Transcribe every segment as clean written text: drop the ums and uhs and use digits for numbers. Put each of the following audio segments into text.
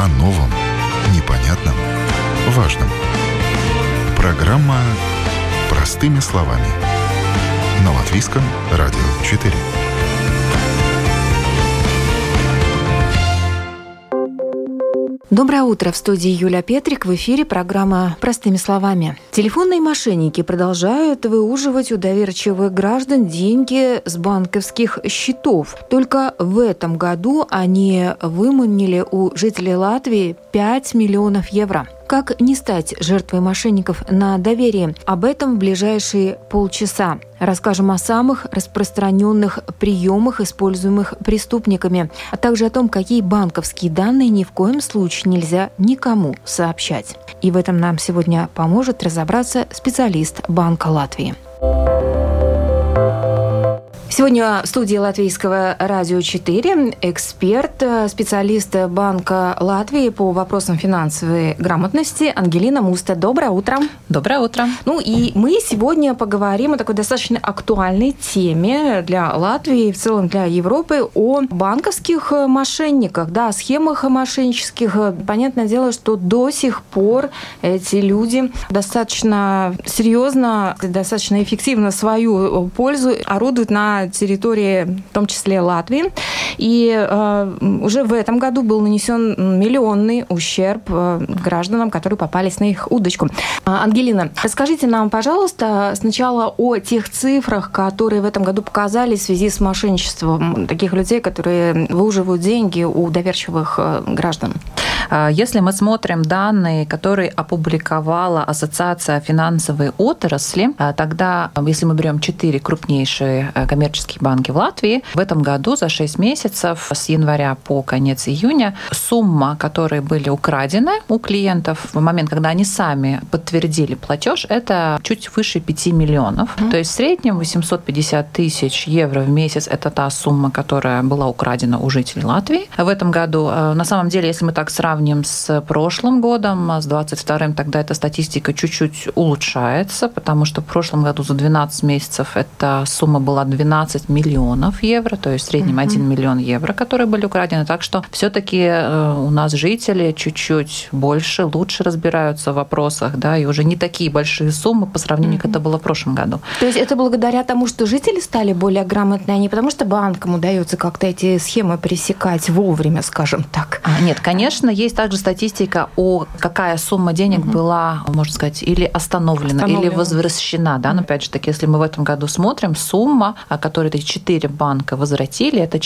О новом, непонятном, важном. Программа «Простыми словами» на Латвийском радио 4. Доброе утро. В студии Юлия Петрик. В эфире программа «Простыми словами». Телефонные мошенники продолжают выуживать у доверчивых граждан деньги с банковских счетов. Только в этом году они выманили у жителей Латвии 5 миллионов евро. Как не стать жертвой мошенников на доверии? Об этом в ближайшие полчаса. Расскажем о самых распространенных приемах, используемых преступниками, а также о том, какие банковские данные ни в коем случае нельзя никому сообщать. И в этом нам сегодня поможет разобраться специалист Банка Латвии. Сегодня в студии Латвийского радио 4 эксперт, специалист Банка Латвии по вопросам финансовой грамотности Ангелина Муста. Доброе утро. Доброе утро. И мы сегодня поговорим о такой достаточно актуальной теме для Латвии и в целом для Европы, о банковских мошенниках, о схемах мошеннических. Понятное дело, что до сих пор эти люди достаточно серьезно, достаточно эффективно свою пользу орудуют на территории, в том числе Латвии. И уже в этом году был нанесен миллионный ущерб гражданам, которые попались на их удочку. Ангелина, расскажите нам, пожалуйста, сначала о тех цифрах, которые в этом году показались в связи с мошенничеством таких людей, которые выуживают деньги у доверчивых граждан. Если мы смотрим данные, которые опубликовала Ассоциация финансовой отрасли, тогда, если мы берем 4 крупнейшие коммерческие банки в Латвии, в этом году за 6 месяцев, с января по конец июня, сумма, которые были украдены у клиентов в момент, когда они сами подтвердили платеж, это чуть выше 5 миллионов. То есть в среднем 850 тысяч евро в месяц – это та сумма, которая была украдена у жителей Латвии в этом году. На самом деле, если мы так сравним с прошлым годом, с 22-м, тогда эта статистика чуть-чуть улучшается, потому что в прошлом году за 12 месяцев эта сумма была 12 миллионов евро, то есть в среднем 1 миллион евро, которые были украдены. Так что все-таки у нас жители чуть-чуть больше, лучше разбираются в вопросах, и уже не такие большие суммы по сравнению, как это было в прошлом году. То есть это благодаря тому, что жители стали более грамотные, а не потому что банкам удается как-то эти схемы пресекать вовремя, скажем так? Нет, конечно, есть также статистика о какая сумма денег была, можно сказать, или остановлена, или возвращена. Но опять же таки, если мы в этом году смотрим, сумма, которую эти 4 банка возвратили, это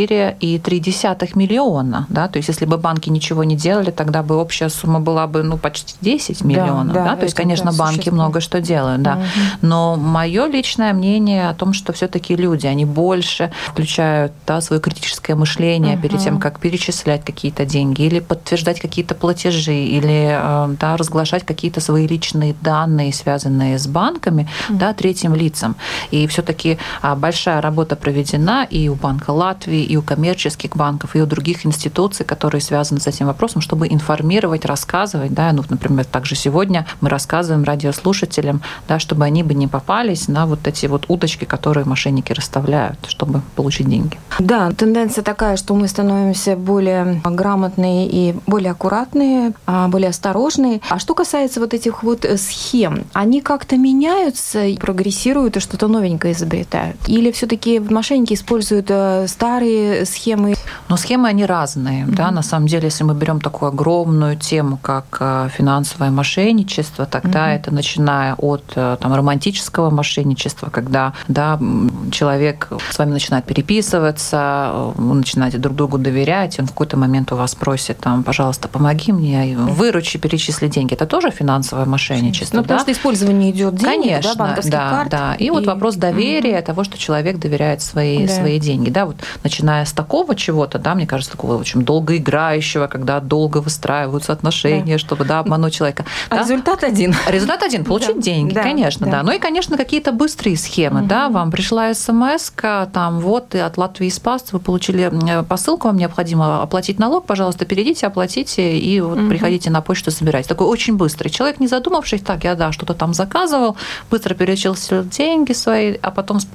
4,3 миллиона. То есть если бы банки ничего не делали, тогда бы общая сумма была бы почти 10 миллионов. То есть, конечно, банки много что делают. Но мое личное мнение о том, что все-таки люди, они больше включают свое критическое мышление перед тем, как перечислять какие-то деньги или подтверждать какие-то платежи или разглашать какие-то свои личные данные, связанные с банками, третьим лицам. И все-таки большая работа проведена и у Банка Латвии, и у коммерческих банков, и у других институций, которые связаны с этим вопросом, чтобы информировать, рассказывать. Например, также сегодня мы рассказываем радиослушателям, чтобы они бы не попались на вот эти вот удочки, которые мошенники расставляют, чтобы получить деньги. Да, тенденция такая, что мы становимся более грамотные и более аккуратные, более осторожные. А что касается вот этих вот схем, они как-то меняются, прогрессируют и что-то новенькое изобретают? Или все-таки мошенники используют старые схемы? Но схемы, они разные. На самом деле, если мы берем такую огромную тему, как финансовое мошенничество, тогда это начиная от романтического мошенничества, когда человек с вами начинает переписываться, вы начинаете друг другу доверять, и он в какой-то момент у вас просит, пожалуйста, помоги мне, выручи, перечисли деньги. Это тоже финансовое мошенничество. Потому что использование идет денег, конечно, банковских карт. Да. И вот вопрос доверия, того, что человек доверяет свои деньги. Вот начиная с такого чего-то, мне кажется, такого очень долгоиграющего, когда долго выстраиваются отношения, чтобы обмануть человека. Результат один. Результат один – получить деньги, конечно. Ну и, конечно, какие-то быстрые схемы. Вам пришла смс-ка, и от Латвии Спас вы получили посылку, вам необходимо оплатить налог, пожалуйста, перейдите, оплатите, и приходите на почту, собирайте. Такой очень быстрый. Человек, не задумавшись, я что-то там заказывал, быстро перечислил деньги свои, а потом вспомнил, что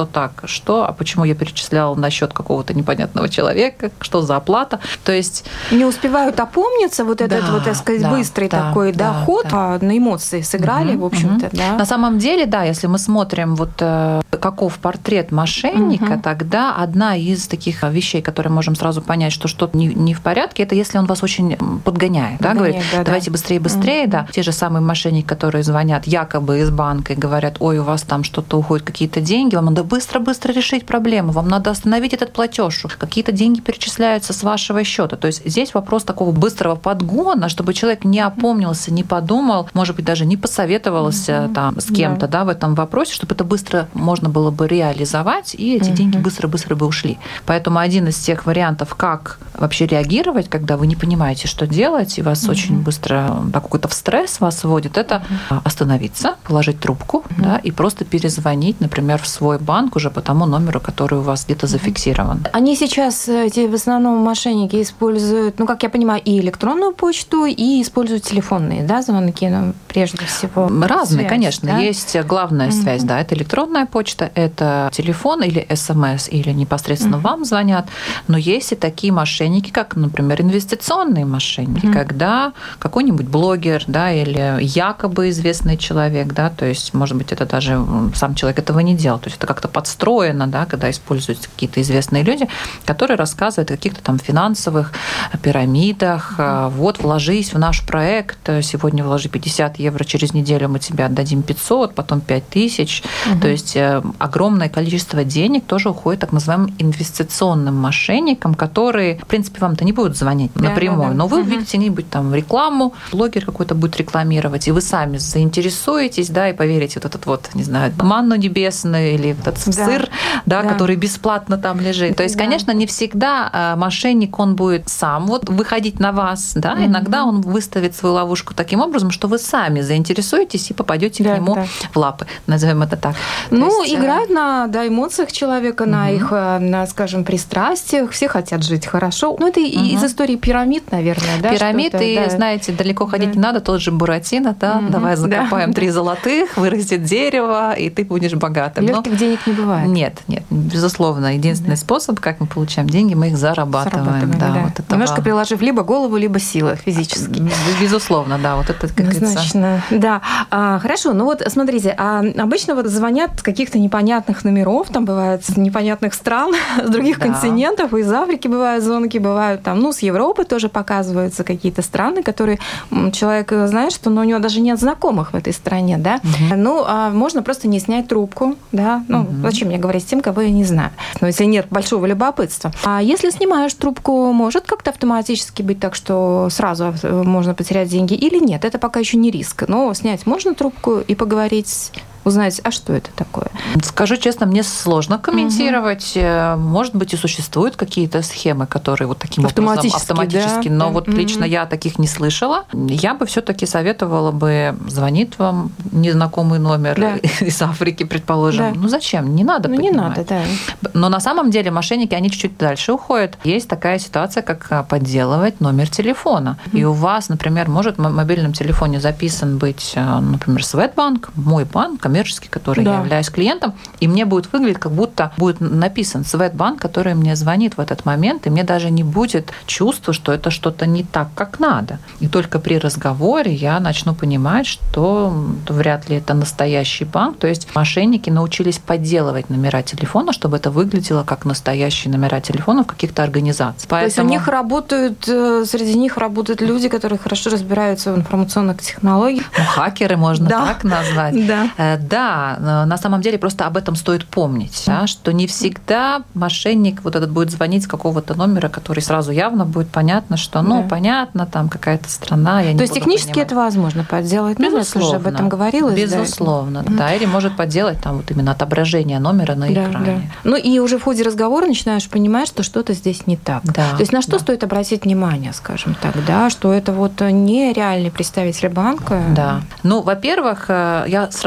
что так, что, а почему я перечисляла на счет какого-то непонятного человека, что за оплата. То есть не успевают опомниться, вот этот вот, так сказать, быстрый такой доход, а на эмоции сыграли, в общем-то. Да. На самом деле, да, если мы смотрим вот каков портрет мошенника, тогда одна из таких вещей, которые можем сразу понять, что что-то не в порядке, это если он вас очень подгоняет, да, говорит, давайте быстрее, да. Те же самые мошенники, которые звонят якобы из банка и говорят, ой, у вас там что-то уходит, какие-то деньги, вам надо быстро-быстро решить проблему, вам надо остановить этот платеж, какие-то деньги перечисляются с вашего счета. То есть здесь вопрос такого быстрого подгона, чтобы человек не опомнился, не подумал, может быть, даже не посоветовался там с кем-то, да, в этом вопросе, чтобы это быстро можно было бы реализовать, и эти деньги быстро-быстро бы ушли. Поэтому один из тех вариантов, как вообще реагировать, когда вы не понимаете, что делать, и вас очень быстро какой-то в стресс вас вводит, это остановиться, положить трубку, да, и просто перезвонить, например, в свой банк уже по тому номеру, который у вас где-то зафиксирован. Они сейчас, эти в основном мошенники, используют, ну, как я понимаю, и электронную почту, и используют телефонные, да, звонки, ну, прежде всего. Разные, связь, конечно. Да? Есть главная связь, да, это электронная почта, это телефон или СМС, или непосредственно вам звонят. Но есть и такие мошенники, как, например, инвестиционные мошенники, когда какой-нибудь блогер, да, или якобы известный человек, да, то есть, может быть, это даже сам человек этого не делал, то есть это как-то подстроено, да, когда используются какие-то известные люди, которые рассказывают о каких-то там финансовых пирамидах, вот, вложись в наш проект, сегодня вложи 50 евро, через неделю мы тебе отдадим 500, потом 5000, то есть огромное количество денег тоже уходит так называемым инвестиционным мошенникам, которые, в принципе, вам-то не будут звонить напрямую, но вы увидите где-нибудь там рекламу, блогер какой-то будет рекламировать, и вы сами заинтересуетесь, да, и поверите вот этот вот, не знаю, манну небесную или этот сыр, да, который бесплатно там лежит. То есть, конечно, не всегда мошенник, он будет сам вот выходить на вас, да, иногда он выставит свою ловушку таким образом, что вы сами заинтересуетесь и попадете к нему в лапы, назовем это так. Ну, играют на эмоциях человека, на их, скажем, пристрастиях, все хотят жить хорошо. Ну, это из истории пирамид, наверное, да? Пирамид, и, знаете, далеко ходить не надо, тот же Буратино, да, давай закопаем 3 золотых, вырастет дерево, и ты будешь богатым. Легких денег не бывает. Нет, безусловно. Единственный способ, как мы получаем деньги, мы их зарабатываем. Да, вот это немножко приложив либо голову, либо силы физически. Безусловно, да, вот это, как говорится. Да. Хорошо, ну вот смотрите, обычно вот звонят с каких-то непонятных номеров, там бывает с непонятных стран, с других континентов, из Африки бывают звонки, бывают там, ну, с Европы тоже показываются какие-то страны, которые человек знает, что у него даже нет знакомых в этой стране, да. Ну, можно просто не снять трубку, да. Ну, зачем мне говорить с тем, кого я не знаю, но если нет большого любопытства. А если снимаешь трубку, может как-то автоматически быть так, что сразу можно потерять деньги или нет? Это пока еще не риск. Но снять можно трубку и поговорить, узнать, а что это такое? Скажу честно, мне сложно комментировать. Может быть, и существуют какие-то схемы, которые вот таким образом автоматически, да? Но вот лично я таких не слышала. Я бы все-таки советовала бы, звонит вам незнакомый номер из Африки, предположим. Ну зачем? Не надо поднимать. Не надо, да. Но на самом деле мошенники, они чуть-чуть дальше уходят. Есть такая ситуация, как подделывать номер телефона. И у вас, например, может в мобильном телефоне записан быть, например, Светбанк, мой банк, коммерческий, который я являюсь клиентом, и мне будет выглядеть, как будто будет написан Светбанк, который мне звонит в этот момент, и мне даже не будет чувства, что это что-то не так, как надо. И только при разговоре я начну понимать, что вряд ли это настоящий банк. То есть мошенники научились подделывать номера телефона, чтобы это выглядело как настоящие номера телефона в каких-то организациях. То есть у них работают, среди них работают люди, которые хорошо разбираются в информационных технологиях. Ну, хакеры можно так назвать. Да, на самом деле просто об этом стоит помнить, да, что не всегда мошенник вот этот будет звонить с какого-то номера, который сразу явно будет понятно, что, понятно, там какая-то страна, я не буду То есть технически понимать. Это возможно подделать? Безусловно. Уже об этом говорилось. Безусловно, да. Или может подделать там вот именно отображение номера на экране. Ну и уже в ходе разговора начинаешь понимать, что что-то здесь не так. Да, то есть на что стоит обратить внимание, скажем так, да, что это вот не реальный представитель банка? Да. Ну, во-первых, я сразу скажу,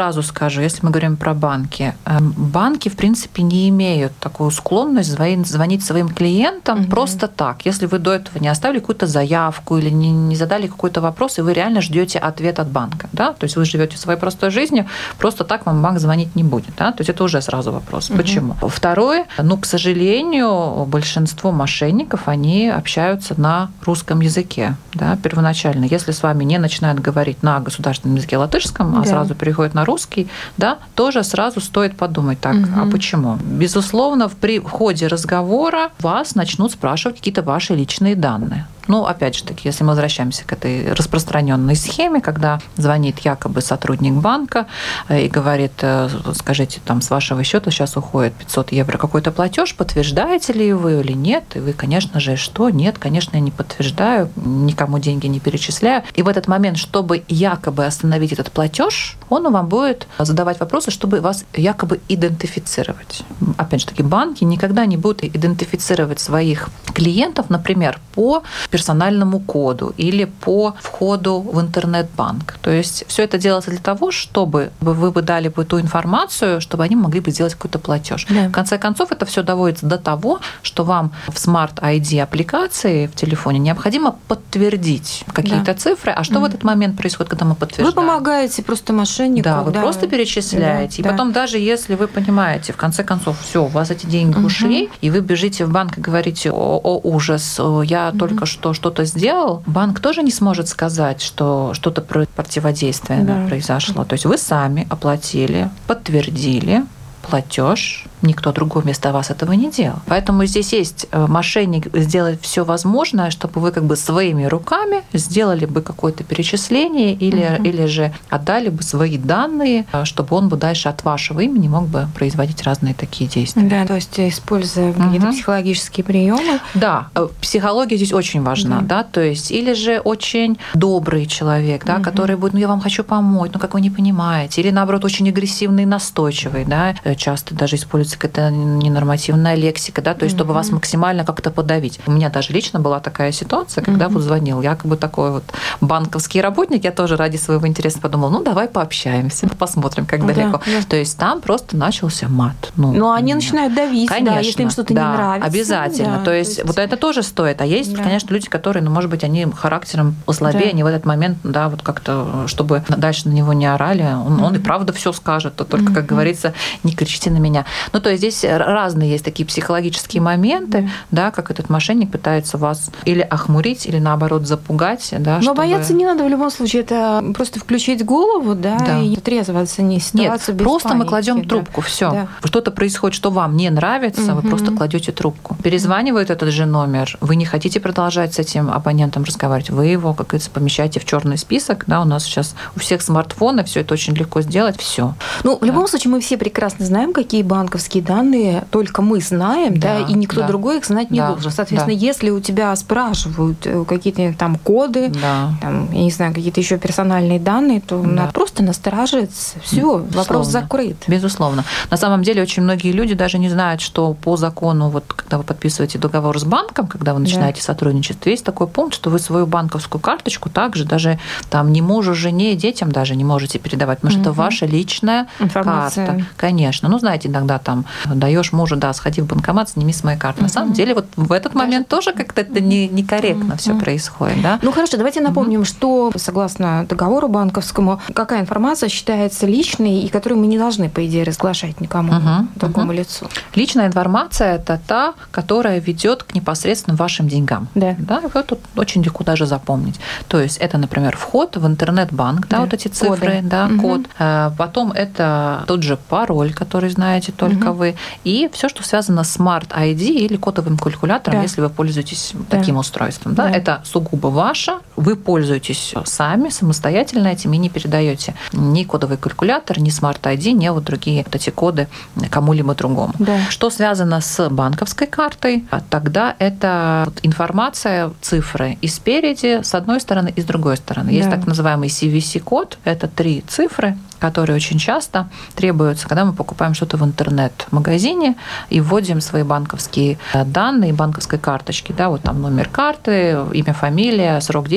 скажу, если мы говорим про банки. Банки, в принципе, не имеют такую склонность звонить своим клиентам просто так. Если вы до этого не оставили какую-то заявку или не задали какой-то вопрос, и вы реально ждете ответ от банка. Да? То есть вы живете своей простой жизнью, просто так вам банк звонить не будет. Да? То есть это уже сразу вопрос. Почему? Второе, к сожалению, большинство мошенников, они общаются на русском языке. Да, первоначально. Если с вами не начинают говорить на государственном языке латышском, а сразу переходят на русский, да, тоже сразу стоит подумать, так, а почему? Безусловно, при ходе разговора вас начнут спрашивать какие-то ваши личные данные. Опять же таки, если мы возвращаемся к этой распространенной схеме, когда звонит якобы сотрудник банка и говорит, скажите, там с вашего счета сейчас уходит 500 евро какой-то платеж, подтверждаете ли вы или нет? И вы, конечно же, что? Нет, конечно, я не подтверждаю, никому деньги не перечисляю. И в этот момент, чтобы якобы остановить этот платеж, он вам будет задавать вопросы, чтобы вас якобы идентифицировать. Опять же таки, банки никогда не будут идентифицировать своих клиентов, например, по персональному коду или по входу в интернет-банк. То есть все это делается для того, чтобы вы бы дали бы ту информацию, чтобы они могли бы сделать какой-то платеж. Да. В конце концов, это все доводится до того, что вам в Smart ID аппликации в телефоне необходимо подтвердить какие-то цифры. А что в этот момент происходит, когда мы подтверждаем? Вы помогаете просто мошеннику. Да, вы просто перечисляете. И потом даже если вы понимаете, в конце концов, все, у вас эти деньги ушли, и вы бежите в банк и говорите: о ужас, я только что-то сделал, банк тоже не сможет сказать, что что-то противодействие произошло. То есть вы сами оплатили, подтвердили платеж, никто другой вместо вас этого не делал. Поэтому здесь есть мошенник сделать все возможное, чтобы вы как бы своими руками сделали бы какое-то перечисление или же отдали бы свои данные, чтобы он бы дальше от вашего имени мог бы производить разные такие действия. Да, то есть используя какие-то психологические приемы. Да, психология здесь очень важна, да, то есть или же очень добрый человек, да, который будет: я вам хочу помочь, как вы не понимаете, или наоборот очень агрессивный и настойчивый, да, часто даже используется какая-то ненормативная лексика, да, то есть чтобы вас максимально как-то подавить. У меня даже лично была такая ситуация, когда вот звонил якобы такой вот банковский работник, я тоже ради своего интереса подумала: давай пообщаемся, посмотрим, как далеко. То есть там просто начался мат. Они начинают давить, конечно, если им что-то не нравится. Обязательно. Да, то есть вот это тоже стоит. А есть, конечно, люди, которые, может быть, они характером послабее, они в этот момент, да, вот как-то, чтобы дальше на него не орали, он и правда все скажет, то только, как говорится, не кричите на меня. То есть здесь разные есть такие психологические моменты, да, как этот мошенник пытается вас или охмурить, или наоборот запугать. Да, но бояться не надо в любом случае. Это просто включить голову, да. И трезво оценить ситуацию. Нет, просто мы кладем трубку, все. Да. Что-то происходит, что вам не нравится, вы просто кладете трубку. Перезванивает этот же номер, вы не хотите продолжать с этим абонентом разговаривать, вы его, как говорится, помещаете в черный список. Да, у нас сейчас у всех смартфоны, все это очень легко сделать, все. В любом случае мы все прекрасно знаем, какие банковские данные только мы знаем, да, и никто другой их знать не должен. Соответственно, если у тебя спрашивают какие-то там коды, там, я не знаю, какие-то еще персональные данные, то надо просто насторожиться. Все, вопрос закрыт. Безусловно. На самом деле очень многие люди даже не знают, что по закону, вот когда вы подписываете договор с банком, когда вы начинаете сотрудничество, есть такой пункт, что вы свою банковскую карточку также даже там ни мужу, жене, детям даже не можете передавать, потому что это ваша личная карта. Конечно. Знаете, иногда там даешь мужу: сходи в банкомат, сними с моей карты. На самом деле вот в этот момент тоже как-то это некорректно все происходит. Да? Хорошо, давайте напомним, что согласно договору банковскому, какая информация считается личной и которую мы не должны, по идее, разглашать никому другому лицу. Личная информация – это та, которая ведет к непосредственно вашим деньгам. Да. Вот тут очень легко даже запомнить. То есть это, например, вход в интернет-банк, вот эти цифры, код. Потом это тот же пароль, который знаете только вы, и все, что связано с Smart ID или кодовым калькулятором, если вы пользуетесь таким устройством. Да? Это сугубо ваше, вы пользуетесь сами, самостоятельно этим и не передаете ни кодовый калькулятор, ни Smart ID, ни вот другие вот эти коды кому-либо другому. Что связано с банковской картой, тогда это информация, цифры и спереди, с одной стороны, и с другой стороны. Есть так называемый CVC-код, это 3 цифры, которые очень часто требуются, когда мы покупаем что-то в интернет-магазине и вводим свои банковские данные банковской карточки. Да, вот там номер карты, имя, фамилия, срок действия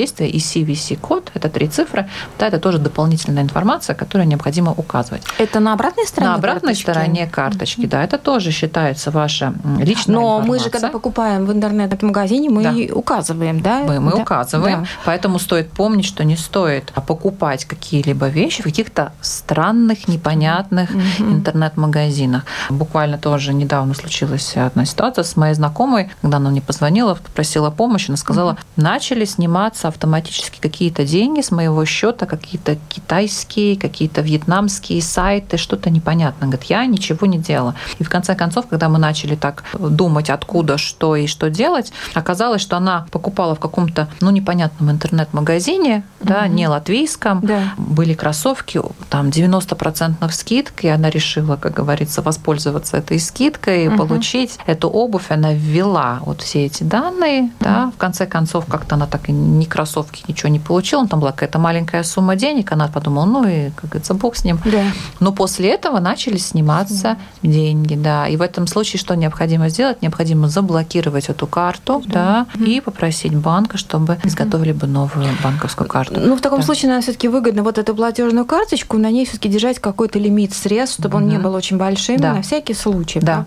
действия, и CVC-код, это 3 цифры, да, это тоже дополнительная информация, которую необходимо указывать. Это на обратной стороне? На обратной стороне карточки, да, это тоже считается ваша личная информация. Но мы же, когда покупаем в интернет-магазине, мы указываем, да? Мы указываем, поэтому стоит помнить, что не стоит покупать какие-либо вещи в каких-то странных, непонятных интернет-магазинах. Буквально тоже недавно случилась одна ситуация с моей знакомой, когда она мне позвонила, попросила помощи, она сказала, начали сниматься автоматически какие-то деньги с моего счета, какие-то китайские, какие-то вьетнамские сайты, что-то непонятное. Говорит, я ничего не делала. И в конце концов, когда мы начали так думать, откуда, что и что делать, оказалось, что она покупала в каком-то, непонятном интернет-магазине, да, не латвийском, были кроссовки, там 90% скидки, и она решила, как говорится, воспользоваться этой скидкой и получить эту обувь. Она ввела вот все эти данные, да, в конце концов, как-то она так и ни кроссовки, ничего не получила, там была какая-то маленькая сумма денег, она подумала, и, как говорится, бог с ним. Да. Но после этого начали сниматься деньги, да, и в этом случае что необходимо сделать? Необходимо заблокировать эту карту, да, и попросить банка, чтобы изготовили бы новую банковскую карту. В таком случае, наверное, все-таки выгодно вот эту платежную карточку, на ней все-таки держать какой-то лимит средств, чтобы он не был очень большим, на всякий случай. Да.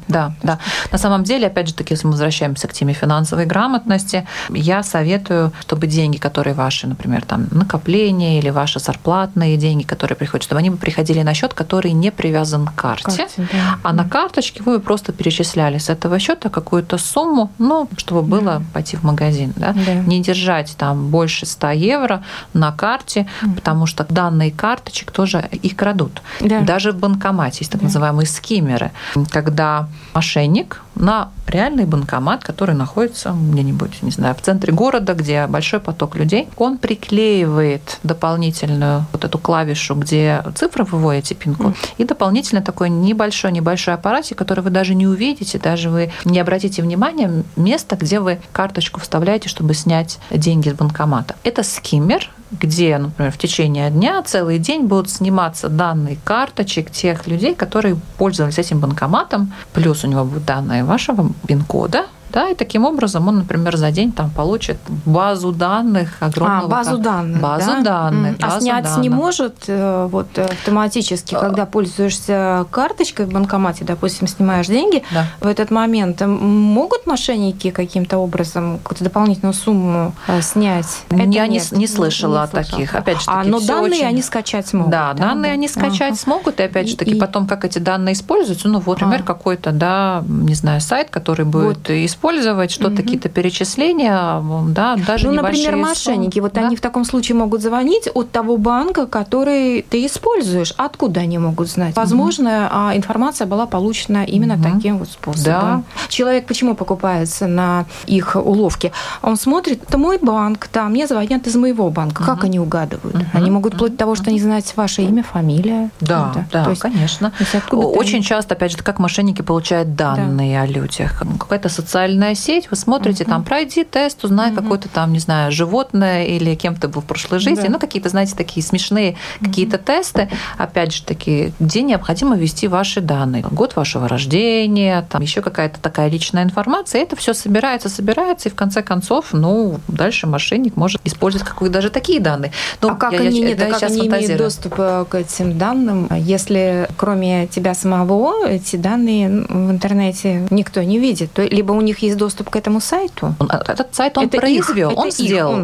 На самом деле, опять же таки, если мы возвращаемся к теме финансовой грамотности, я советую, чтобы деньги, которые ваши, например, там накопления или ваши зарплатные деньги, которые приходят, чтобы они бы приходили на счет, который не привязан к карте, а на карточке вы просто перечисляли с этого счета какую-то сумму, чтобы было пойти в магазин. Да? Не держать там больше 100 евро на карте, потому что данные карточек тоже их крадут. Даже в банкомате есть так называемые скиммеры, когда мошенник на реальный банкомат, который находится где-нибудь, не знаю, в центре города, где большой поток людей, он приклеивает дополнительную вот эту клавишу, где цифры выводите, пин-код, и дополнительно такой небольшой аппаратик, который вы даже не увидите, даже вы не обратите внимания, место, где вы карточку вставляете, чтобы снять деньги с банкомата. Это скиммер, где, например, в течение дня целый день будут сниматься данные карточек тех людей, которые пользовались этим банкоматом, плюс у него будут данные вашего пин-кода, да, и таким образом он, например, за день там получит базу данных огромного. Базу данных. Базу данных. Снять не может автоматически, когда пользуешься карточкой в банкомате, допустим, снимаешь деньги, в этот момент могут мошенники каким-то образом какую-то дополнительную сумму снять? Я не слышала о таких. Опять же таки, но данные они скачать смогут. Да, данные они скачать смогут, и опять же таки потом, как эти данные используются, например, какой-то, не знаю, сайт, который будет использовать что-то, какие-то перечисления, да, даже небольшие например, мошенники, они в таком случае могут звонить от того банка, который ты используешь. Откуда они могут знать? Возможно, информация была получена именно таким вот способом. Человек почему покупается на их уловки? Он смотрит, это мой банк, мне звонят из моего банка. Как они угадывают? Они могут вплоть до того, что они знают ваше имя, фамилия. Да, конечно. Очень часто, опять же, как мошенники получают данные о людях. Какая-то социальная сеть, вы смотрите, там, пройди тест, узнай какое-то там, не знаю, животное или кем ты был в прошлой жизни, какие-то, знаете, такие смешные какие-то тесты, опять же таки, где необходимо ввести ваши данные. Год вашего рождения, там еще какая-то такая личная информация, и это все собирается, и в конце концов, дальше мошенник может использовать даже такие данные. Как они имеют доступ к этим данным, если кроме тебя самого эти данные в интернете никто не видит? Либо у них есть доступ к этому сайту? Этот сайт он произвел, он сделал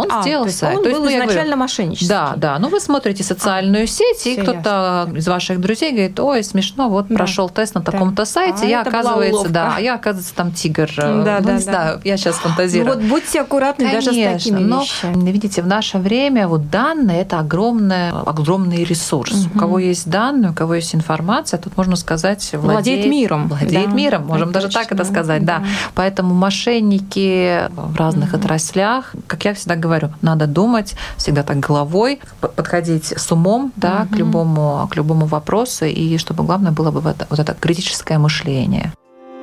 сайт. Он был изначально мошеннический. Да. Вы смотрите социальную сеть, и кто-то из ваших друзей говорит, ой, смешно, прошел тест на таком-то сайте, я, оказывается, там тигр. Не знаю, я сейчас фантазирую. Будьте аккуратны даже с такими вещами. Видите, в наше время данные – это огромный ресурс. У кого есть данные, у кого есть информация, тут можно сказать, владеет миром. Владеет миром, можем даже так это сказать, да. Поэтому мошенники в разных отраслях, как я всегда говорю, надо думать всегда так головой, подходить с умом, к любому вопросу, и чтобы главное было бы вот это критическое мышление.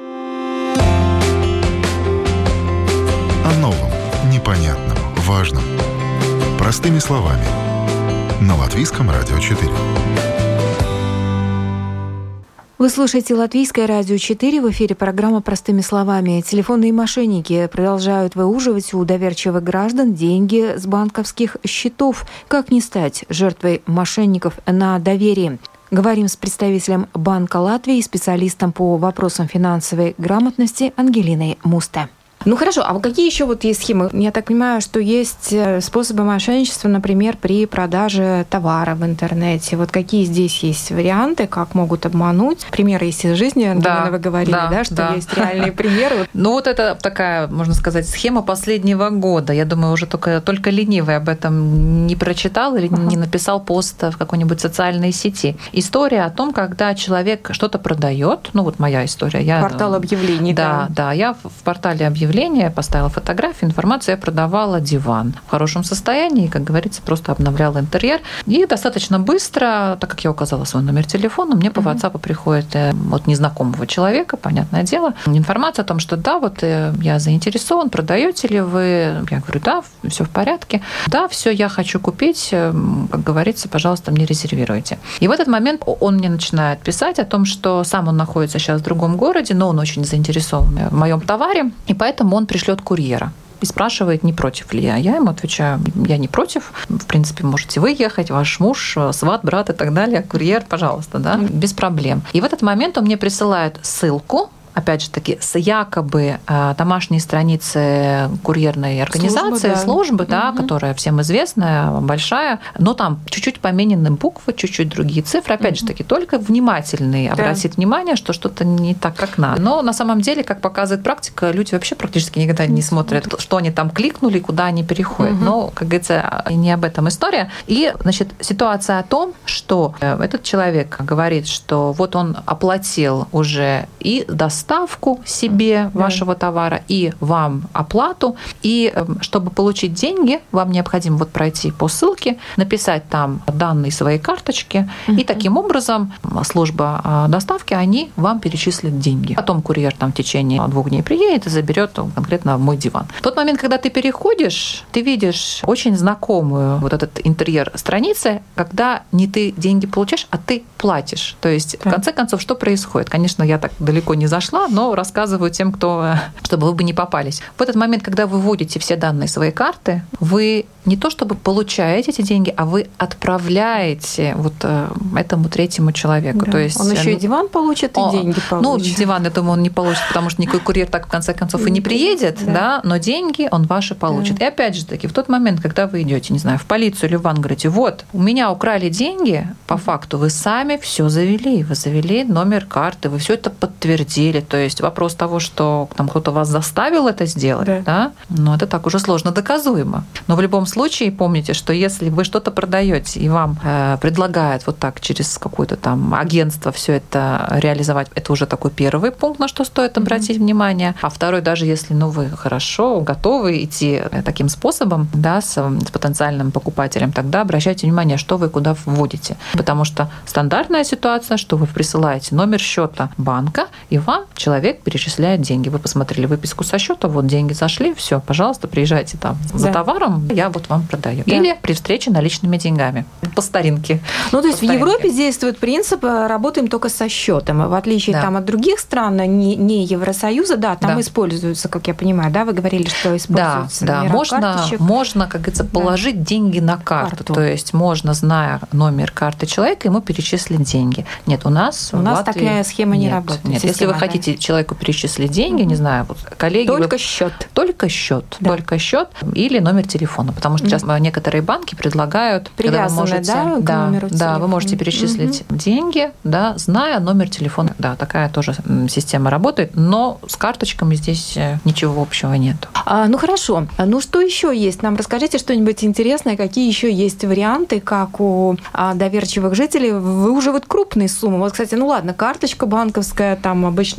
О новом, непонятном, важном. Простыми словами. На Латвийском радио 4. Вы слушаете Латвийское радио 4, в эфире программа «Простыми словами». Телефонные мошенники продолжают выуживать у доверчивых граждан деньги с банковских счетов. Как не стать жертвой мошенников на доверии? Говорим с представителем Банка Латвии, специалистом по вопросам финансовой грамотности Ангелиной Мусте. Ну хорошо, а какие еще вот есть схемы? Я так понимаю, что есть способы мошенничества, например, при продаже товара в интернете. Вот какие здесь есть варианты, как могут обмануть? Примеры есть из жизни, Ангелина, вы говорили, что есть реальные примеры. Ну вот это такая, можно сказать, схема последнего года. Я думаю, уже только ленивый об этом не прочитал или не написал пост в какой-нибудь социальной сети. История о том, когда человек что-то продает. Ну вот моя история. Портал объявлений. Да, я в портале объявлений поставила фотографию, информацию, я продавала диван в хорошем состоянии, как говорится, просто обновляла интерьер. И достаточно быстро, так как я указала свой номер телефона, мне по WhatsApp приходит от незнакомого человека, понятное дело, информация о том, что да, вот я заинтересован, продаете ли вы? Я говорю, да, все в порядке. Да, все, я хочу купить, как говорится, пожалуйста, мне резервируйте. И в этот момент он мне начинает писать о том, что сам он находится сейчас в другом городе, но он очень заинтересован в моем товаре, и поэтому он пришлет курьера и спрашивает, не против ли я. Я ему отвечаю, я не против. В принципе, можете вы ехать, ваш муж, сват, брат и так далее. Курьер, пожалуйста, да, без проблем. И в этот момент он мне присылает ссылку, опять же таки, с якобы домашней страницы курьерной организации, службы, да, которая всем известная, большая, но там чуть-чуть поменены буквы, чуть-чуть другие цифры. Опять же таки, только внимательный обратит внимание, что что-то не так, как надо. Но на самом деле, как показывает практика, люди вообще практически никогда не смотрят, что они там кликнули, куда они переходят. Но, как говорится, не об этом история. И, значит, ситуация о том, что этот человек говорит, что вот он оплатил уже и доставку себе вашего товара, и вам оплату. И чтобы получить деньги, вам необходимо вот пройти по ссылке, написать там данные своей карточки, и таким образом служба доставки, они вам перечислят деньги. Потом курьер там в течение 2 дней приедет и заберет конкретно мой диван. В тот момент, когда ты переходишь, ты видишь очень знакомую вот этот интерьер страницы, когда не ты деньги получаешь, а ты платишь. То есть, в конце концов, что происходит? Конечно, я так далеко не зашла, но рассказываю тем, чтобы вы бы не попались. В этот момент, когда вы вводите все данные своей карты, вы не то чтобы получаете эти деньги, а вы отправляете вот этому третьему человеку. Да. То есть, он еще и диван получит, и деньги получит. Ну, диван, я думаю, он не получит, потому что никакой курьер так в конце концов и не приедет, да, но деньги он ваши получит. И опять же таки, в тот момент, когда вы идете, не знаю, в полицию или в банк, говорите, вот, у меня украли деньги, по факту вы сами все завели, вы завели номер карты, вы все это подтвердили. То есть вопрос того, что там кто-то вас заставил это сделать, да, но это так уже сложно доказуемо. Но в любом случае помните, что если вы что-то продаете и вам предлагают вот так через какое-то там агентство все это реализовать, это уже такой первый пункт, на что стоит обратить внимание. А второй, даже если вы хорошо готовы идти таким способом, да, с потенциальным покупателем, тогда обращайте внимание, что вы куда вводите. Потому что стандартная ситуация, что вы присылаете номер счета банка, и вам человек перечисляет деньги. Вы посмотрели выписку со счета, вот деньги зашли, все, пожалуйста, приезжайте там за товаром, я вот вам продаю. Или при встрече наличными деньгами. По старинке. Ну, то есть в Европе действует принцип работаем только со счетом. В отличие там от других стран, не Евросоюза, там используются, как я понимаю, вы говорили, что используются можно, как говорится, положить деньги на карту. То есть можно, зная номер карты человека, ему перечислить деньги. Нет, у нас такая схема не работает. Нет, если вы хотите человеку перечислить деньги, не знаю, вот коллеги... Только счет или номер телефона. Потому что сейчас некоторые банки предлагают, когда вы можете... к номеру телефона. Вы можете перечислить деньги, зная номер телефона. Да, такая тоже система работает, но с карточками здесь ничего общего нет. Ну хорошо. Ну что еще есть? Нам расскажите что-нибудь интересное, какие еще есть варианты, как у доверчивых жителей выуживают крупные суммы. Вот, кстати, ладно, карточка банковская, там обычно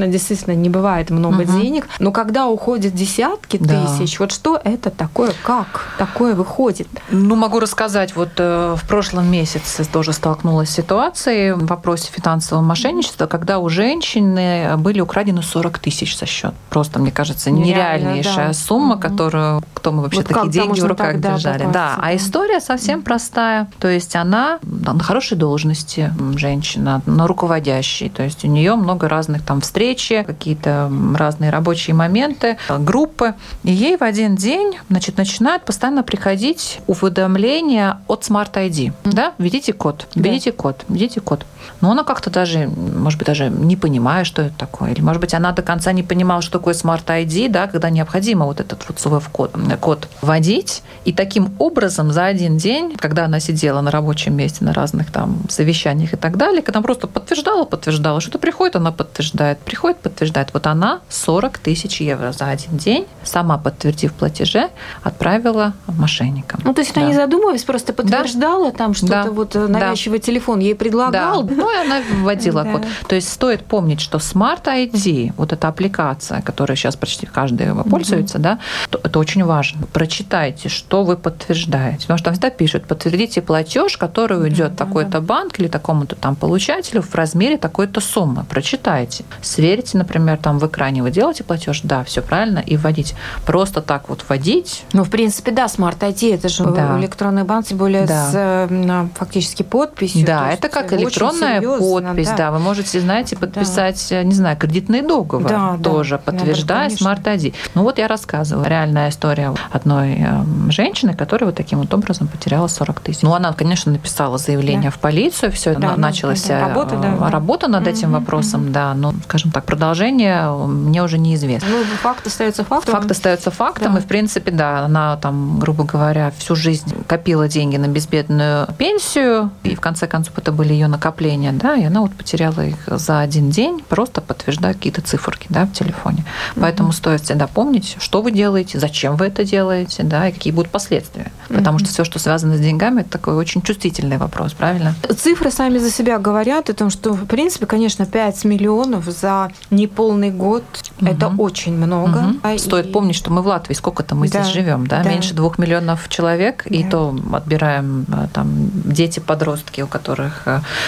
действительно не бывает много денег. Но когда уходят десятки тысяч, вот что это такое? Как такое выходит? Ну, могу рассказать. Вот в прошлом месяце тоже столкнулась с ситуацией в вопросе финансового мошенничества, когда у женщины были украдены 40 тысяч за счет. Просто, мне кажется, нереальнейшая сумма, которую кто мы вообще вот такие деньги в руках держали. Да, а история совсем простая. То есть она на хорошей должности женщина, на руководящей. То есть у нее много разных там встреч, какие-то разные рабочие моменты, группы. И ей в один день, значит, начинают постоянно приходить уведомления от Smart ID. Да? Введите код, введите код, введите код. Но она как-то даже, может быть, даже не понимая, что это такое. Или, может быть, она до конца не понимала, что такое Smart ID, да, когда необходимо вот этот вот свой код вводить. И таким образом за один день, когда она сидела на рабочем месте, на разных там совещаниях и так далее, когда она просто подтверждала, что-то приходит, она подтверждает, приходит, подтверждает. Вот она 40 тысяч евро за один день, сама подтвердив платеже, отправила мошенникам. Ну, то есть она не задумываясь, просто подтверждала там что-то, вот навязчивый телефон ей предлагал. Да. Ну, и она вводила код. То есть стоит помнить, что Smart ID, вот эта аппликация, которая сейчас почти каждый пользуется, да, это очень важно. Прочитайте, что вы подтверждаете. Потому что там всегда пишут, подтвердите платеж, который уйдет такой-то банк или такому-то там получателю в размере такой-то суммы. Прочитайте. Сверьте, например, там в экране вы делаете платеж, да, все правильно, и вводить. Просто так вот вводить. Ну, в принципе, да, Smart ID, это же электронный банк, тем более с фактически подписью. Да, это как электронная подпись, да. Вы можете, знаете, подписать, не знаю, кредитный договор тоже, подтверждая Smart ID. Ну вот я рассказывала. Реальная история одной женщины, которая вот таким вот образом потеряла 40 тысяч. Ну, она, конечно, написала заявление в полицию, все, началась работа над этим вопросом, да, но, скажем так, продолжение мне уже неизвестно. Ну, факт остается фактом. Факт остается фактом, и, в принципе, да, она там, грубо говоря, всю жизнь копила деньги на безбедную пенсию, и в конце концов это были ее накопления, да, и она вот потеряла их за один день, просто подтверждая какие-то циферки, да, в телефоне. Поэтому стоит всегда помнить, что вы делаете, зачем вы это делаете, да, и какие будут последствия. Потому что все, что связано с деньгами, это такой очень чувствительный вопрос, правильно? Цифры сами за себя говорят о том, что, в принципе, конечно, 5 миллионов за неполный год – это очень много. Стоит помнить, что мы в Латвии, сколько-то мы здесь живем, да? Меньше 2 миллионов человек, и то отбираем там дети-подростки, у которых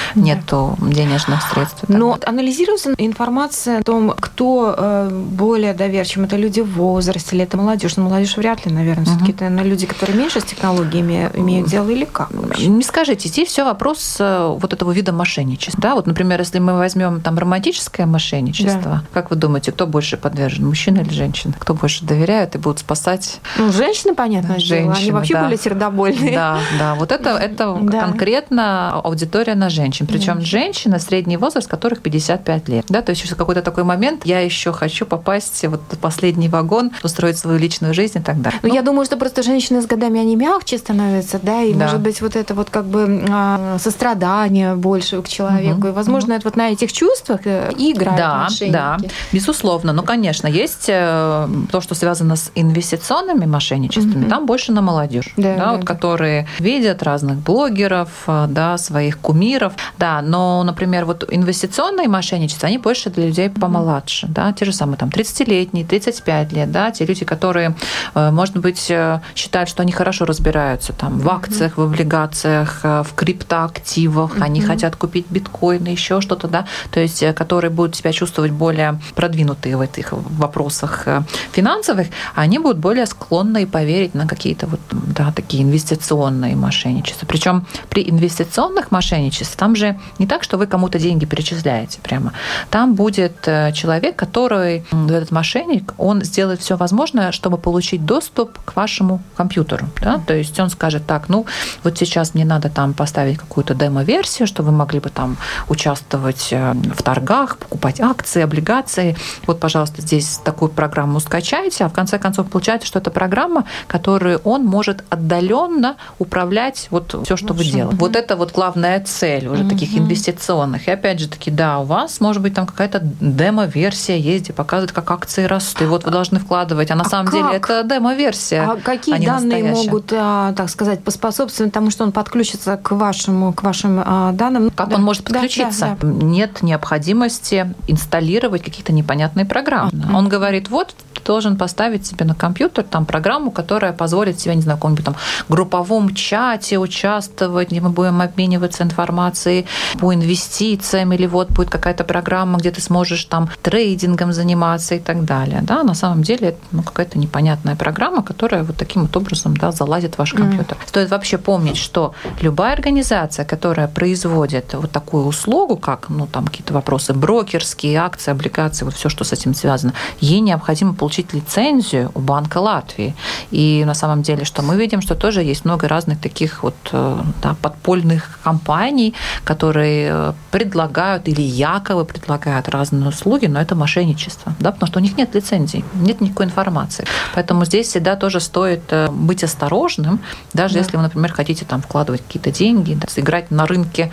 нету денежных средств. Но анализируется информация о том, кто более доверчив, это люди в возрасте или это молодежь. Но молодежь вряд ли, наверное, все-таки это люди, которые меньше с технологиями имеют дело, или как? Не скажите, здесь все вопрос вот этого вида мошенничества. Да? Вот, например, если мы возьмем там романтическое мошенничество, как вы думаете, кто больше подвержен, мужчина или женщина? Кто больше доверяет и будут спасать? Ну, женщины, понятно, дело. Они вообще более сердобольные. Да, вот это конкретно аудитория на женщин. Причем женщина, средний возраст которых 55 лет. Да? То есть в какой-то такой момент я еще хочу попасть вот в последний вагон, устроить свою личную жизнь и так далее. Ну, я думаю, что просто женщины с годами, они мягче становятся, да, и, может быть, вот это вот как бы сострадание больше к человеку. И, возможно, это вот на этих чувствах и играют мошенники. Да, безусловно. Ну, конечно, есть то, что связано с инвестиционными мошенничествами, там больше на молодежь, которые видят разных блогеров, да, своих кумиров. Да, но, например, вот инвестиционные мошенничества, они больше для людей помолодше, да, те же самые там 30-летние, 35 лет, да, те люди, которые, может быть, считают, что они хорошо разбираются там в акциях, в облигациях, в криптоактивах, они хотят купить биткоины, еще что-то, да, то есть которые будут себя чувствовать более продвинутые в этих вопросах финансовых, они будут более склонны поверить на какие-то вот, да, такие инвестиционные мошенничества. Причем при инвестиционных мошенничествах там же не так, что вы кому-то деньги перечисляете прямо. Там будет человек, который, этот мошенник, он сделает все возможное, чтобы получить доступ к вашему компьютеру. Да? То есть он скажет так, ну вот сейчас мне надо там поставить какую-то демо-версию, чтобы вы могли бы там участвовать в торгах, покупать акции, облигации. Вот, пожалуйста, здесь такую программу скачайте, а в конце концов получается, что это программа, которую он может отдаленно управлять вот все, что вы делаете. Вот это вот главная цель уже таких инвестиционных. И опять же таки, да, у вас может быть там какая-то демо-версия есть, где показывает, как акции растут. И вот вы должны вкладывать. А на самом деле это демо-версия. А какие данные могут, так сказать, поспособствовать тому, что он подключится к вашим данным? Как он может подключиться? Нет необходимости инсталлировать какие-то непонятные программы. Он говорит, вот, ты должен поставить себе на компьютер там программу, которая позволит тебе, не знаю, в каком-нибудь там групповом чате участвовать, где мы будем обмениваться информацией по инвестициям, или вот будет какая-то программа, где ты сможешь там трейдингом заниматься и так далее. Да, на самом деле это какая-то непонятная программа, которая вот таким вот образом, да, залазит в ваш компьютер. Стоит вообще помнить, что любая организация, которая производит вот такую услугу, как, там какие-то вопросы брокерские, акции, облигации, вот все, что с этим связано, ей необходимо получить лицензию у Банка Латвии. И на самом деле, что мы видим, что тоже есть много разных таких вот, да, подпольных компаний, которые предлагают или якобы предлагают разные услуги, но это мошенничество, да, потому что у них нет лицензий, нет никакой информации. Поэтому здесь всегда тоже стоит быть осторожным, даже если вы, например, хотите там вкладывать какие-то деньги, да, играть на рынке.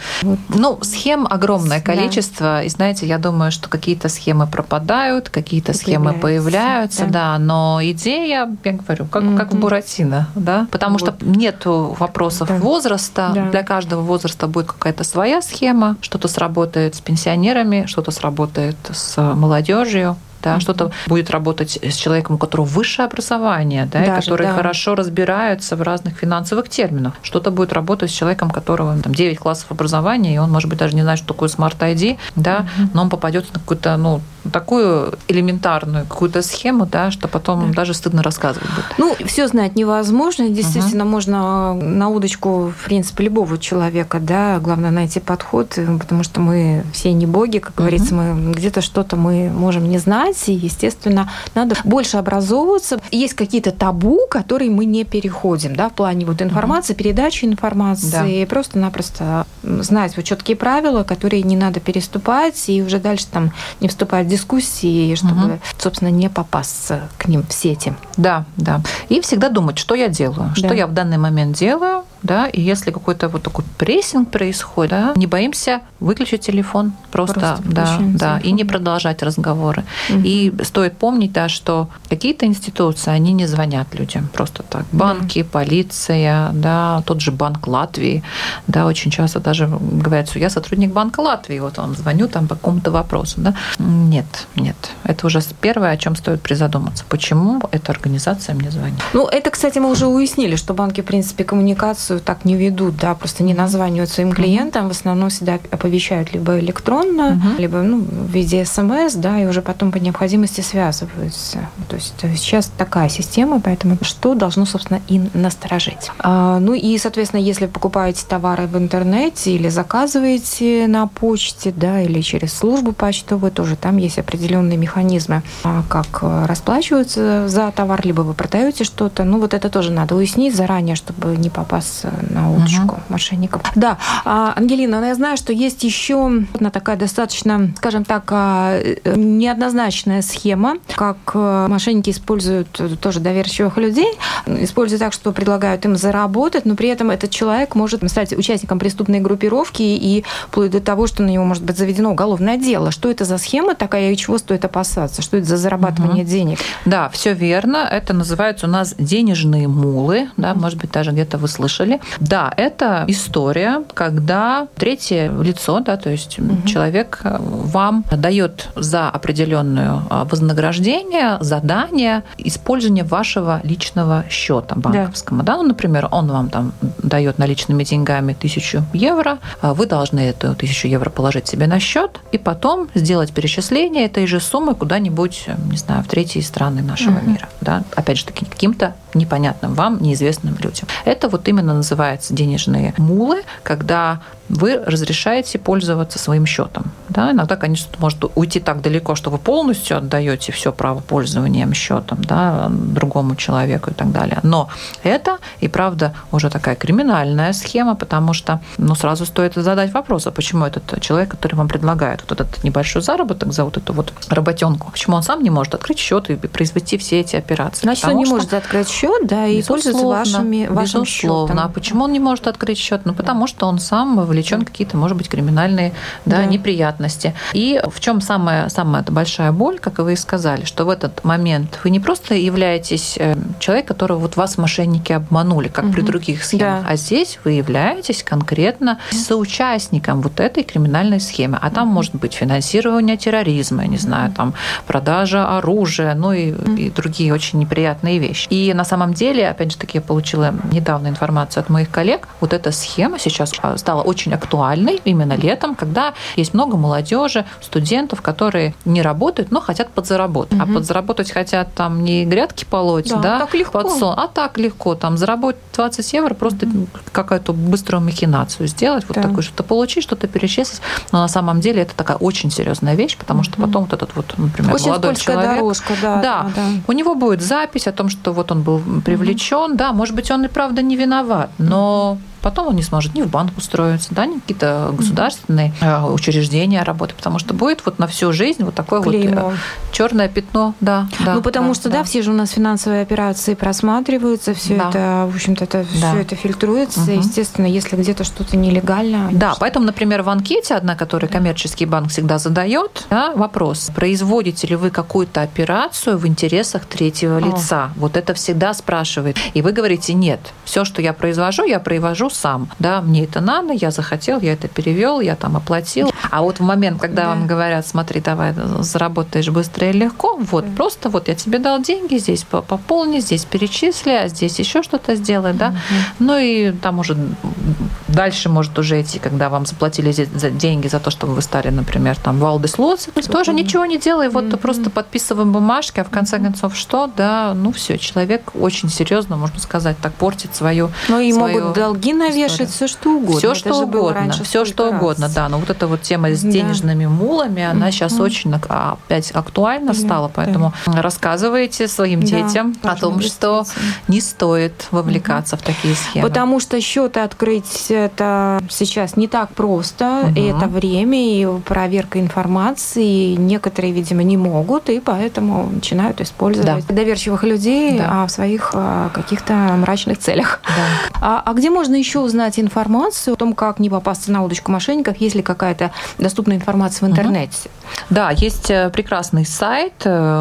Схем огромное количество, и знаете, я думаю, что какие-то схемы пропадают, какие-то схемы появляются, да, но идея, я говорю, как в Буратино, да, потому что нет вопросов возраста, для каждого возраста будет какая-то своя схема, что-то сработает с пенсионерами, что-то сработает с молодежью. Да, что-то будет работать с человеком, у которого высшее образование, да, и который хорошо разбирается в разных финансовых терминах. Что-то будет работать с человеком, у которого там 9 классов образования, и он, может быть, даже не знает, что такое Smart ID, да, но он попадет на какую-то, такую элементарную какую-то схему, да, что потом даже стыдно рассказывать будет. Все знать невозможно. Действительно, можно на удочку, в принципе, любого человека, да, главное найти подход, потому что мы все не боги, как говорится, мы где-то что-то мы можем не знать, и, естественно, надо больше образовываться. Есть какие-то табу, которые мы не переходим, да, в плане вот информации, передачи информации, просто-напросто знать вот четкие правила, которые не надо переступать, и уже дальше там не вступать в дискуссии, чтобы, собственно, не попасться к ним в сети. Да. И всегда думать, что я делаю, что я в данный момент делаю, да, и если какой-то вот такой прессинг происходит, да, не боимся выключить телефон, просто и не продолжать разговоры. И стоит помнить, да, что какие-то институции, они не звонят людям просто так. Банки, полиция, да, тот же Банк Латвии, да, очень часто даже говорят, что я сотрудник Банка Латвии, вот вам звоню там по какому-то вопросу, да. Нет. Это уже первое, о чем стоит призадуматься. Почему эта организация мне звонит? Это, кстати, мы уже уяснили, что банки, в принципе, коммуникацию так не ведут, да, просто не названивают своим клиентам, в основном всегда оповещают либо электронно, либо в виде СМС, да, и уже потом по необходимости связываются. То есть сейчас такая система, поэтому что должно, собственно, и насторожить. И, соответственно, если покупаете товары в интернете или заказываете на почте, да, или через службу почтовую, тоже там есть определенные механизмы, как расплачиваются за товар, либо вы продаете что-то. Вот это тоже надо уяснить заранее, чтобы не попасть на удочку мошенников. Да, Ангелина, я знаю, что есть еще одна такая достаточно, скажем так, неоднозначная схема, как мошенники используют тоже доверчивых людей, используют так, что предлагают им заработать, но при этом этот человек может стать участником преступной группировки и вплоть до того, что на него может быть заведено уголовное дело. Что это за схема такая и чего стоит опасаться? Что это за зарабатывание денег? Да, все верно. Это называется у нас денежные мулы, да, может быть, даже где-то вы слышали. Да, это история, когда третье лицо, да, то есть человек вам дает за определенное вознаграждение, задание, использование вашего личного счета банковского. Да. Например, он вам там дает наличными деньгами 1000 евро, вы должны эту 1000 евро положить себе на счет и потом сделать перечисление этой же суммы куда-нибудь, не знаю, в третьи страны нашего мира. Да. Опять же таки, каким-то непонятным вам, неизвестным людям. Это вот именно называется денежные мулы, когда вы разрешаете пользоваться своим счетом. Да, иногда, конечно, может уйти так далеко, что вы полностью отдаете все право пользованием счетом, да, другому человеку и так далее. Но это и правда уже такая криминальная схема, потому что сразу стоит задать вопрос, а почему этот человек, который вам предлагает вот этот небольшой заработок за вот эту вот работенку, почему он сам не может открыть счет и произвести все эти операции? Значит, он не может открыть счет, да, и пользоваться вашим счетом. А почему он не может открыть счет? Потому что он сам повлечен какие-то, может быть, криминальные неприятности. И в чем самая большая боль, как вы и сказали, что в этот момент вы не просто являетесь человеком, которого вот вас мошенники обманули, как при других схемах, а здесь вы являетесь конкретно соучастником вот этой криминальной схемы. А там может быть финансирование терроризма, я не знаю, там продажа оружия, ну и другие очень неприятные вещи. И на самом деле, опять же таки, я получила недавно информацию от моих коллег, вот эта схема сейчас стала очень актуальной именно летом, когда есть много молодежи, студентов, которые не работают, но хотят подзаработать. А подзаработать хотят там не грядки полоть, так легко. а так легко, там заработать 20 евро, просто какую-то быструю махинацию сделать, вот такую, что-то получить, что-то перечислить. Но на самом деле это такая очень серьезная вещь, потому что потом вот этот вот, например, очень молодой человек, дорожка, у него будет запись о том, что вот он был привлечен, может быть, он и правда не виноват, но потом он не сможет ни в банк устроиться, ни в какие-то государственные учреждения работать, потому что будет вот на всю жизнь вот такое клеймо. Вот черное пятно. Потому что все же у нас финансовые операции просматриваются, все это, в общем-то, все это фильтруется. Естественно, если где-то что-то нелегально. Поэтому, например, в анкете одна, которую коммерческий банк всегда задает, вопрос: производите ли вы какую-то операцию в интересах третьего лица? Вот это всегда спрашивает. И вы говорите: нет, все, что я произвожу сам. Мне это надо, я захотел, я это перевел, я там оплатил. А вот в момент, когда вам говорят: смотри, давай заработаешь быстро и легко, просто я тебе дал деньги, здесь пополни, здесь перечисли, а здесь еще что-то сделай, Ну и там уже дальше может уже идти, когда вам заплатили деньги за то, чтобы вы стали, например, там Валдис Лоци, тоже ничего не делай, просто подписываем бумажки, а в конце концов что? Все, человек очень серьезно, можно сказать, так портит свою. И могут долги навешать, все что угодно. Все что угодно, Но вот эта вот тема с денежными мулами, она сейчас очень опять актуальна стала, поэтому рассказывайте своим детям о том, что не стоит вовлекаться в такие схемы. Потому что счеты открыть это сейчас не так просто, и это время, и проверка информации, некоторые, видимо, не могут, и поэтому начинают использовать доверчивых людей в своих каких-то мрачных целях. А где можно еще узнать информацию о том, как не попасться на удочку мошенников? Есть ли какая-то доступная информация в интернете? Есть прекрасный сайт,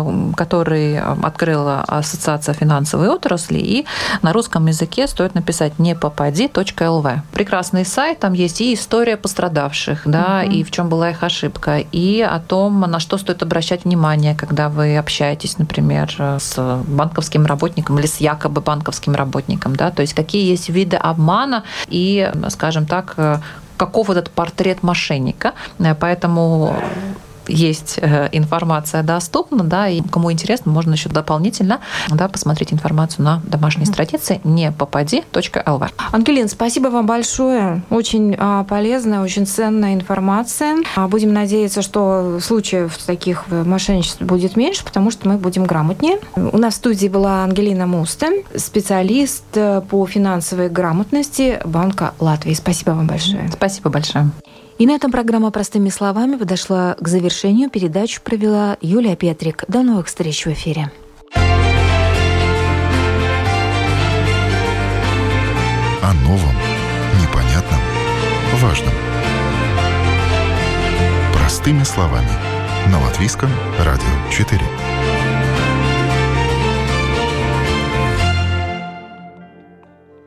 который открыла Ассоциация финансовой отрасли, и на русском языке стоит написать непопади.lv. Прекрасный сайт, там есть и история пострадавших, и в чем была их ошибка, и о том, на что стоит обращать внимание, когда вы общаетесь, например, с банковским работником или с якобы банковским работником, то есть какие есть виды обмана и, скажем так, каков этот портрет мошенника. Поэтому есть информация доступна, и кому интересно, можно еще дополнительно посмотреть информацию на домашней странице непопади.lv. Ангелина, спасибо вам большое. Очень полезная, очень ценная информация. Будем надеяться, что случаев таких мошенничеств будет меньше, потому что мы будем грамотнее. У нас в студии была Ангелина Мусте, специалист по финансовой грамотности Банка Латвии. Спасибо вам большое. Спасибо большое. И на этом программа «Простыми словами» подошла к завершению. Передачу провела Юлия Петрик. До новых встреч в эфире. О новом, непонятном, важном. Простыми словами. На Латвийском радио 4.